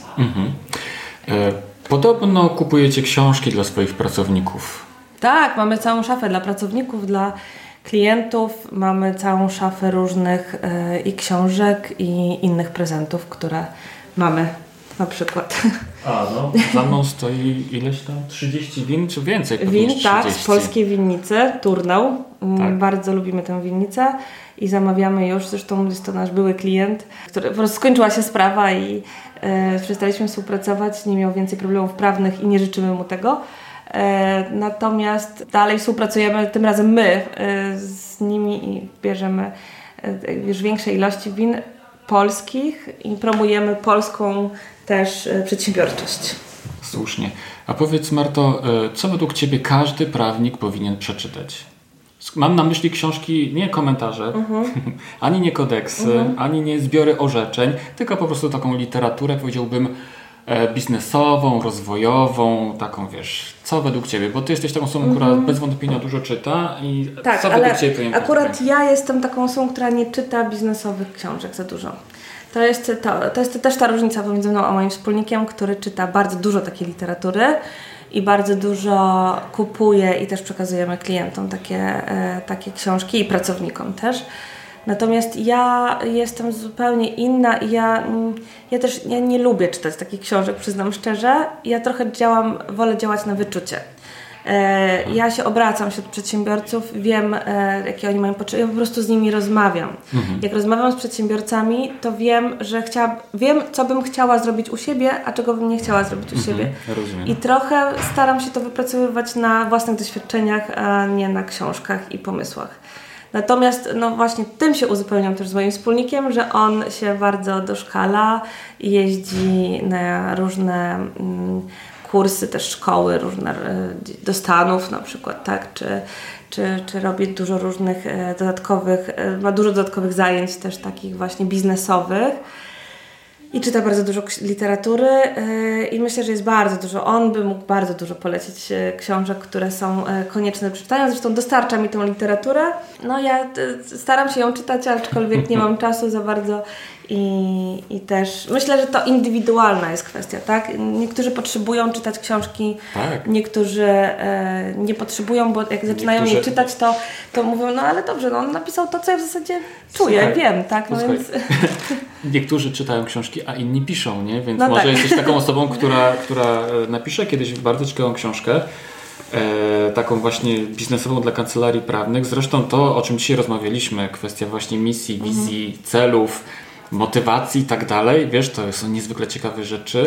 Podobno kupujecie książki dla swoich pracowników. Tak, mamy całą szafę dla pracowników, dla klientów. Mamy całą szafę różnych i książek, i innych prezentów, które mamy na przykład. Za mną stoi ileś tam? 30 win czy więcej? Win, tak, z polskiej winnicy, Turnał. Tak. Bardzo lubimy tę winnicę i zamawiamy już. Zresztą jest to nasz były klient, który po prostu skończyła się sprawa i przestaliśmy współpracować. Nie miał więcej problemów prawnych i nie życzymy mu tego. Natomiast dalej współpracujemy, tym razem my z nimi i bierzemy już większe ilości win polskich i promujemy polską też przedsiębiorczość. Słusznie. A powiedz, Marto, co według Ciebie każdy prawnik powinien przeczytać? Mam na myśli książki, nie komentarze, ani nie kodeksy, ani nie zbiory orzeczeń, tylko po prostu taką literaturę, powiedziałbym, biznesową, rozwojową, taką wiesz, co według Ciebie, bo Ty jesteś taką osobą, która bez wątpienia dużo czyta i tak, co według Ciebie powinien akurat ja jestem taką osobą, która nie czyta biznesowych książek za dużo. To jest też ta różnica pomiędzy mną a moim wspólnikiem, który czyta bardzo dużo takiej literatury i bardzo dużo kupuje i też przekazujemy klientom takie książki i pracownikom też. Natomiast ja jestem zupełnie inna i ja nie lubię czytać takich książek, przyznam szczerze. Ja trochę wolę działać na wyczucie. Ja się obracam wśród przedsiębiorców, wiem jakie oni mają potrzeby, ja po prostu z nimi rozmawiam. Jak rozmawiam z przedsiębiorcami, to wiem, co bym chciała zrobić u siebie, a czego bym nie chciała zrobić u siebie. Rozumiem. I trochę staram się to wypracowywać na własnych doświadczeniach, a nie na książkach i pomysłach. Natomiast właśnie tym się uzupełniam też z moim wspólnikiem, że on się bardzo doszkala, jeździ na różne kursy, też szkoły różne do Stanów na przykład, tak, czy robi dużo różnych ma dużo dodatkowych zajęć też takich właśnie biznesowych i czyta bardzo dużo literatury i myślę, że jest bardzo dużo, on by mógł bardzo dużo polecić książek, które są konieczne do przeczytania, zresztą dostarcza mi tą literaturę, ja staram się ją czytać, aczkolwiek nie mam czasu za bardzo. I też myślę, że to indywidualna jest kwestia, tak? Niektórzy potrzebują czytać książki, tak. Niektórzy nie potrzebują, bo jak zaczynają je czytać, to mówią, ale dobrze, on napisał to, co ja w zasadzie czuję, wiem, tak? Więc... Niektórzy czytają książki, a inni piszą, nie? Więc może tak. Jesteś taką osobą, która napisze kiedyś bardzo ciekawą książkę, taką właśnie biznesową dla kancelarii prawnych. Zresztą to, o czym dzisiaj rozmawialiśmy, kwestia właśnie misji, wizji, celów, motywacji i tak dalej, wiesz, to są niezwykle ciekawe rzeczy,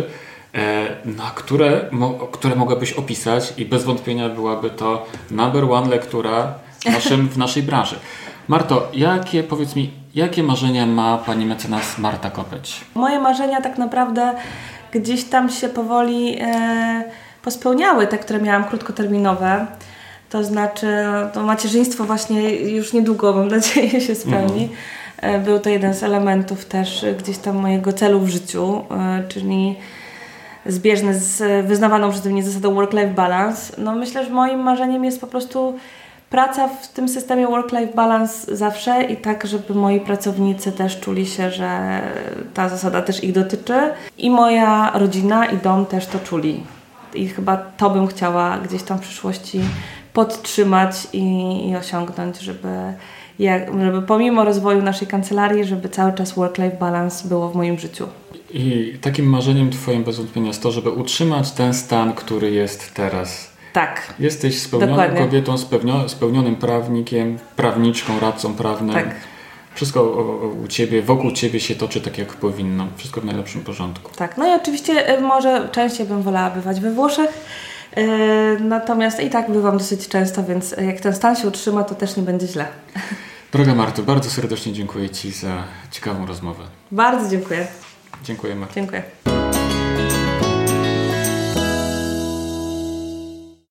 które mogłabyś opisać i bez wątpienia byłaby to number one lektura w naszej branży. Marto, jakie marzenia ma pani mecenas Marta Kopeć? Moje marzenia tak naprawdę gdzieś tam się powoli pospełniały, te, które miałam krótkoterminowe. To znaczy, to macierzyństwo właśnie już niedługo, mam nadzieję, się spełni. Był to jeden z elementów też gdzieś tam mojego celu w życiu, czyli zbieżny z wyznawaną przeze mnie zasadą work-life balance. Myślę, że moim marzeniem jest po prostu praca w tym systemie work-life balance zawsze i tak, żeby moi pracownicy też czuli się, że ta zasada też ich dotyczy i moja rodzina i dom też to czuli. I chyba to bym chciała gdzieś tam w przyszłości podtrzymać i osiągnąć, żeby pomimo rozwoju naszej kancelarii, żeby cały czas work-life balance było w moim życiu. I takim marzeniem Twoim bez wątpienia jest to, żeby utrzymać ten stan, który jest teraz. Tak. Jesteś spełnioną kobietą, spełnionym prawnikiem, prawniczką, radcą prawnym. Tak. Wszystko u Ciebie, wokół Ciebie się toczy tak, jak powinno. Wszystko w najlepszym porządku. Tak. I oczywiście może częściej bym wolała bywać we Włoszech. Natomiast i tak bywam dosyć często, więc jak ten stan się utrzyma, to też nie będzie źle. Droga Marto, bardzo serdecznie dziękuję Ci za ciekawą rozmowę. Bardzo dziękuję. Dziękuję, Marto. Dziękuję.